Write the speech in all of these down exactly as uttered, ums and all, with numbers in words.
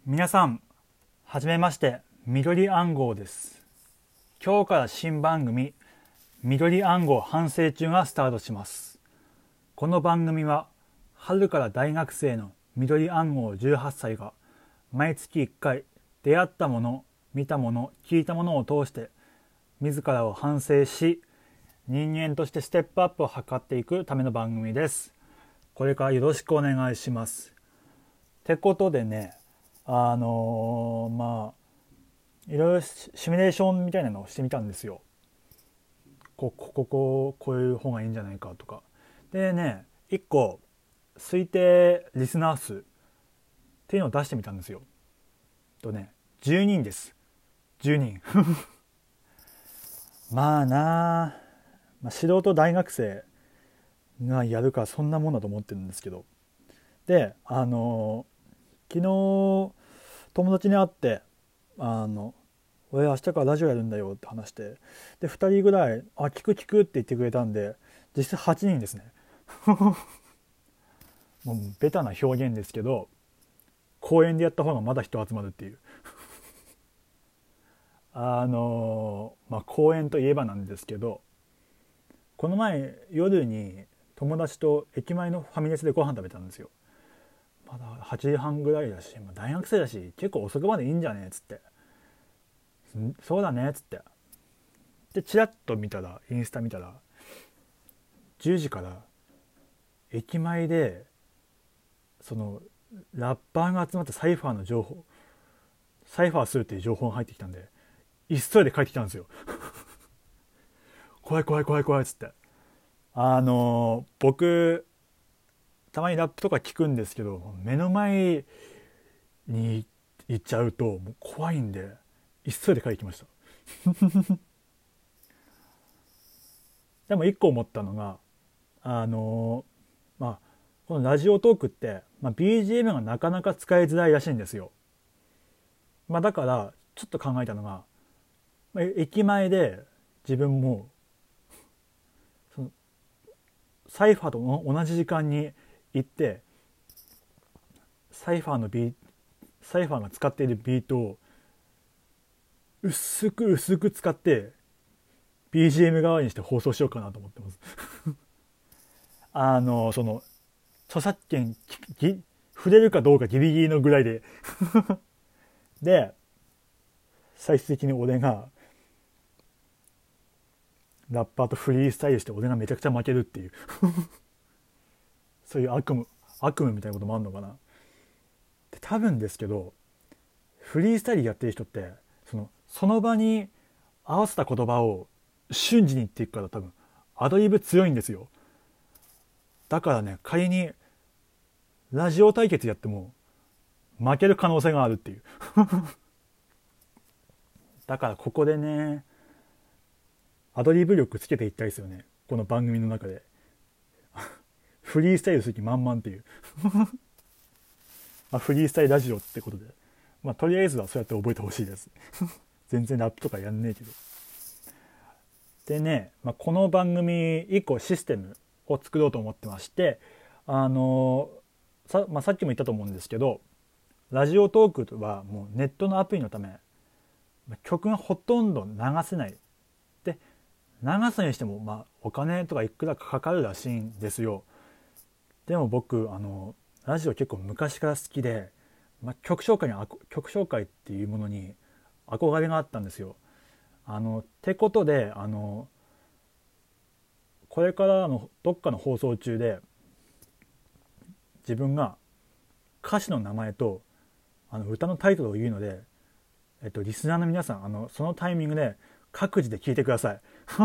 皆さん、はじめまして、緑暗号です。今日から新番組、緑暗号反省中がスタートします。この番組は、春から大学生の緑暗号じゅうはっさいが、毎月いっかい、出会ったもの、見たもの、聞いたものを通して、自らを反省し、人間としてステップアップを図っていくための番組です。これからよろしくお願いします。ってことでね、あのー、まあいろいろシミュレーションみたいなのをしてみたんですよ。こここここういう方がいいんじゃないかとかでね、いっこ推定リスナー数っていうのを出してみたんですよ。とねじゅうにんです。じゅうにんまあなあ、まあ、素人大学生がやるかそんなもんだと思ってるんですけど、であのー、昨日友達に会ってあの俺明日からラジオやるんだよって話して、でふたりぐらいあ聞く聞くって言ってくれたんで、実質はちにんですね。もうベタな表現ですけど、公園でやった方がまだ人集まるっていうあのー、まあ公園といえばなんですけど、この前夜に友達と駅前のファミレスでご飯食べたんですよ。まだはちじはんぐらいだし、まあ、大学生だし結構遅くまでいいんじゃねっつって、そうだねっつってでチラッと見たら、インスタ見たらじゅうじから駅前でそのラッパーが集まったサイファーの情報、サイファーするっていう情報が入ってきたんで、急いで帰ってきたんですよ。怖い怖い怖い怖いっつって、あのー、僕たまにラップとか聞くんですけど、目の前に行っちゃうともう怖いんで急いで帰ってきました。でも一個思ったのが、あのー、まあこのラジオトークって、まあ、ビージーエム がなかなか使いづらいらしいんですよ。まあ、だからちょっと考えたのが、まあ、駅前で自分もそのサイファーと同じ時間に行って、サイファーのビーサイファーが使っているビートを薄く薄く使って ビージーエム 側にして放送しようかなと思ってます。あのその著作権ぎ触れるかどうかギリギリのぐらいでで最終的に俺がラッパーとフリースタイルして俺がめちゃくちゃ負けるっていうそういう悪夢悪夢みたいなこともあるのかな。で多分ですけど、フリースタイルやってる人ってそのその場に合わせた言葉を瞬時に言っていくから、多分アドリブ強いんですよ。だからね、仮にラジオ対決やっても負ける可能性があるっていうだからここでね、アドリブ力つけていったいですよね、この番組の中でフリースタイルする気満々っていうまあフリースタイルラジオってことで、まあとりあえずはそうやって覚えてほしいです全然ラップとかやんねえけど。でね、まあ、この番組いっこシステムを作ろうと思ってまして、あのさ、まあ、さっきも言ったと思うんですけど、ラジオトークはもうネットのアプリのため曲がほとんど流せないで、流すにしてもまあお金とかいくらかかかるらしいんですよ。でも僕あのラジオ結構昔から好きで、まあ、曲紹介に曲紹介っていうものに憧れがあったんですよ。あのってことで、あのこれからのどっかの放送中で自分が歌詞の名前とあの歌のタイトルを言うので、えっと、リスナーの皆さん、あのそのタイミングで各自で聞いてください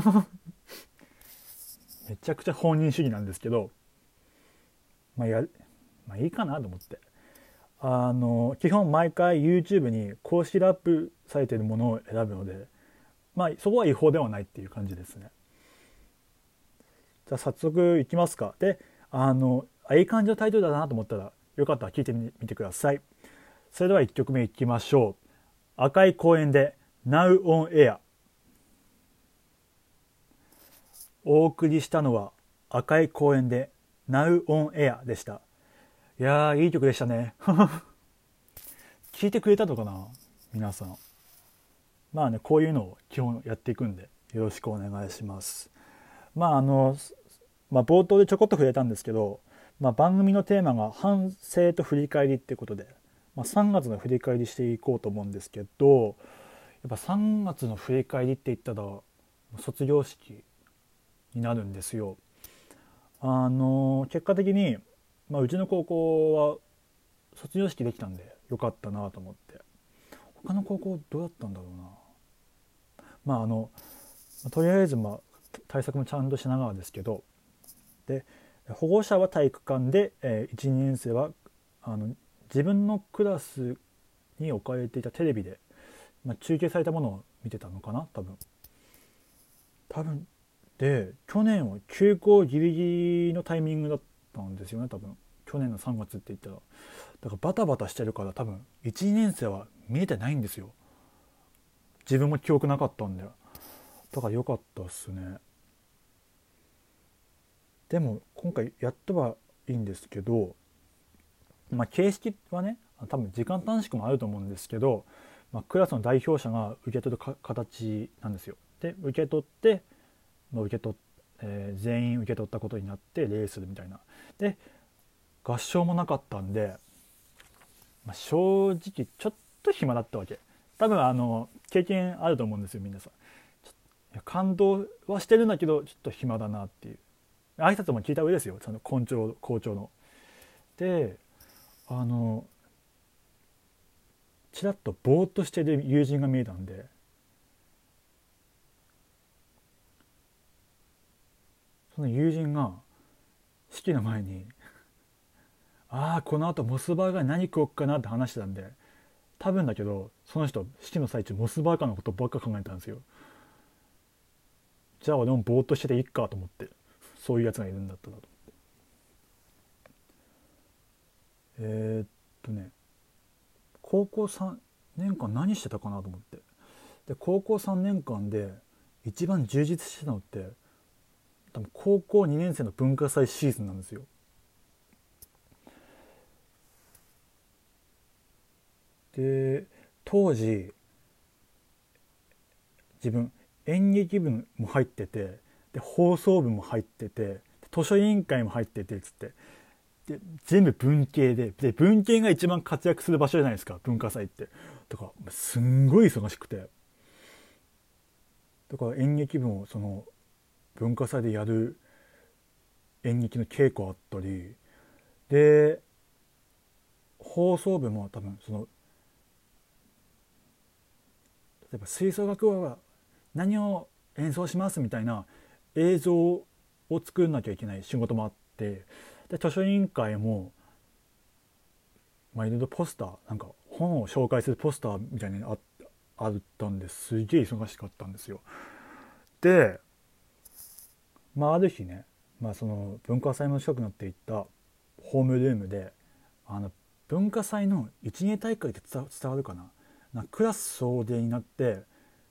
めちゃくちゃ本人主義なんですけど、まあやまあいいかなと思って、あの基本毎回 YouTube に公式ラップされているものを選ぶので、まあそこは違法ではないっていう感じですね。じゃあ早速いきますか。で、あのいい感じのタイトルだなと思ったらよかったら聞いてみてください。それではいっきょくめいきましょう。赤い公園で Now on Air。 お送りしたのは赤い公園で Now on Air でした。いやーいい曲でしたね聞いてくれたのかな皆さん。まあね、こういうのを基本やっていくんでよろしくお願いします。まああの、まあ、冒頭でちょこっと触れたんですけど、まあ、番組のテーマが反省と振り返りってことで、まあ、さんがつの振り返りしていこうと思うんですけど、やっぱさんがつの振り返りって言ったら卒業式になるんですよ。あの結果的に、まあ、うちの高校は卒業式できたんでよかったなと思って、他の高校どうだったんだろうな。まああのとりあえずまあ対策もちゃんとしながらですけど、で保護者は体育館で、えー、いちにねん生はあの自分のクラスに置かれていたテレビで、まあ、中継されたものを見てたのかな多分多分で、去年は休校ギリギリのタイミングだったんですよね多分。去年のさんがつって言ったら、だからバタバタしてるから多分いちにねん生は見えてないんですよ。自分も記憶なかったんで、だから良かったっすね。でも今回やっとはいいんですけど、まあ形式はね多分時間短縮もあると思うんですけど、まあ、クラスの代表者が受け取るか形なんですよ。で受け取って受け取っ、えー、全員受け取ったことになって礼するみたいな。で合唱もなかったんで、まあ、正直ちょっと暇だったわけ。多分あの経験あると思うんですよ皆さん。感動はしてるんだけどちょっと暇だなっていう。挨拶も聞いた上ですよ、その校長校長の。であのちらっとぼーっとしてる友人が見えたんで、その友人が式の前にああこのあとモスバーガーに何食おっかなって話してたんで、多分だけどその人式の最中モスバーガーのことばっか考えたんですよ。じゃあ俺もぼーっとしてていいかと思って、そういうやつがいるんだったらと思って。えー、っとね高校さんねんかん何してたかなと思って。で高校さんねんかんで一番充実してたのって多分高校にねん生の文化祭シーズンなんですよ。で当時自分演劇部も入ってて、で放送部も入ってて、図書委員会も入っててっつって、で全部文系で、で文系が一番活躍する場所じゃないですか文化祭って。だからすんごい忙しくて、だから演劇部もその文化祭でやる演劇の稽古あったりで、放送部も多分その例えば吹奏楽部は何を演奏しますみたいな映像を作らなきゃいけない仕事もあって、で図書委員会もまあいろいろポスターなんか本を紹介するポスターみたいなのああったんですげえ忙しかったんですよ。でまあある日ね、まあその文化祭の近くなっていったホームルームで、あの文化祭の一芸大会って伝わるかな、なんかクラス総出になって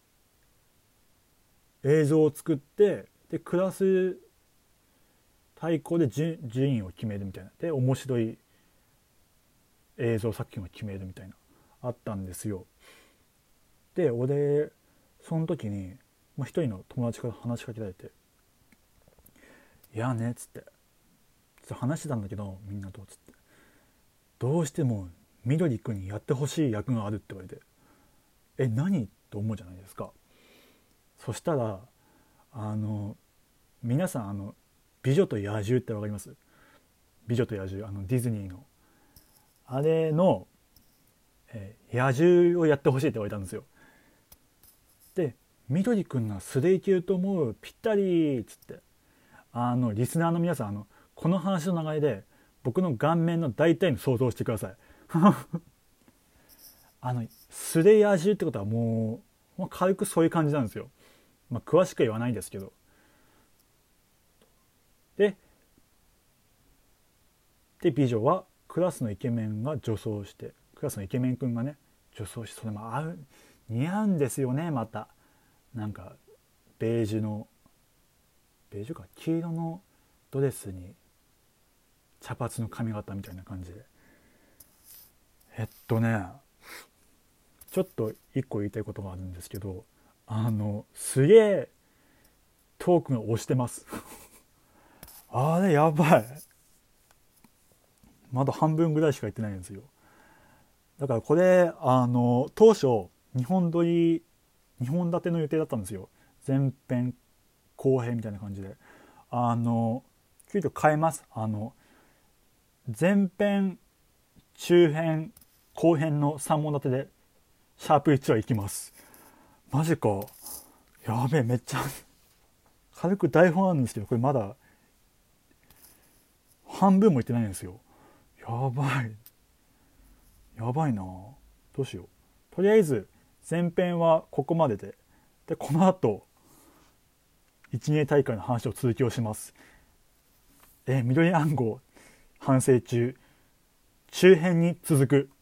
映像を作って、でクラス対抗で順順位を決めるみたいな、で面白い映像作品を決めるみたいなあったんですよ。で俺その時に、まあ、一人の友達から話しかけられて「いやね」っつって、ちょっと話してたんだけどみんなとっつって、どうしてもみどりくんにやってほしい役があるって言われて、え何と思うじゃないですか。そしたらあの皆さんあの美女と野獣ってわかります？美女と野獣、あのディズニーのあれの、えー野獣をやってほしいって言われたんですよ。でみどりくんが素でいけると思うぴったりっつって、あのリスナーの皆さん、あのこの話の流れで僕の顔面の大体の想像をしてください。あの素で野獣ってことはもう、もう軽くそういう感じなんですよ。まあ詳しくは言わないですけど。でで美女はクラスのイケメンが女装して、クラスのイケメンくんがね女装して、それも合う似合うんですよね。またなんかベージュのベージュか黄色のドレスに茶髪の髪型みたいな感じで、えっとねちょっと一個言いたいことがあるんですけど、あのすげえトークが押してますあれやばい、まだ半分ぐらいしか言ってないんですよ。だからこれあの当初にほん撮りにほん立ての予定だったんですよ。前編後編みたいな感じで、あの急遽変えます。あの前編中編後編のさんぼん立てでシャープいちはいきます。マジか、やべえ、めっちゃ軽く台本なんですけど、これまだ半分もいってないんですよ。やばいやばいな、どうしよう。とりあえず前編はここまでで、でこの後いち、に大会の話を続きをします。え緑暗号反省中、中編に続く。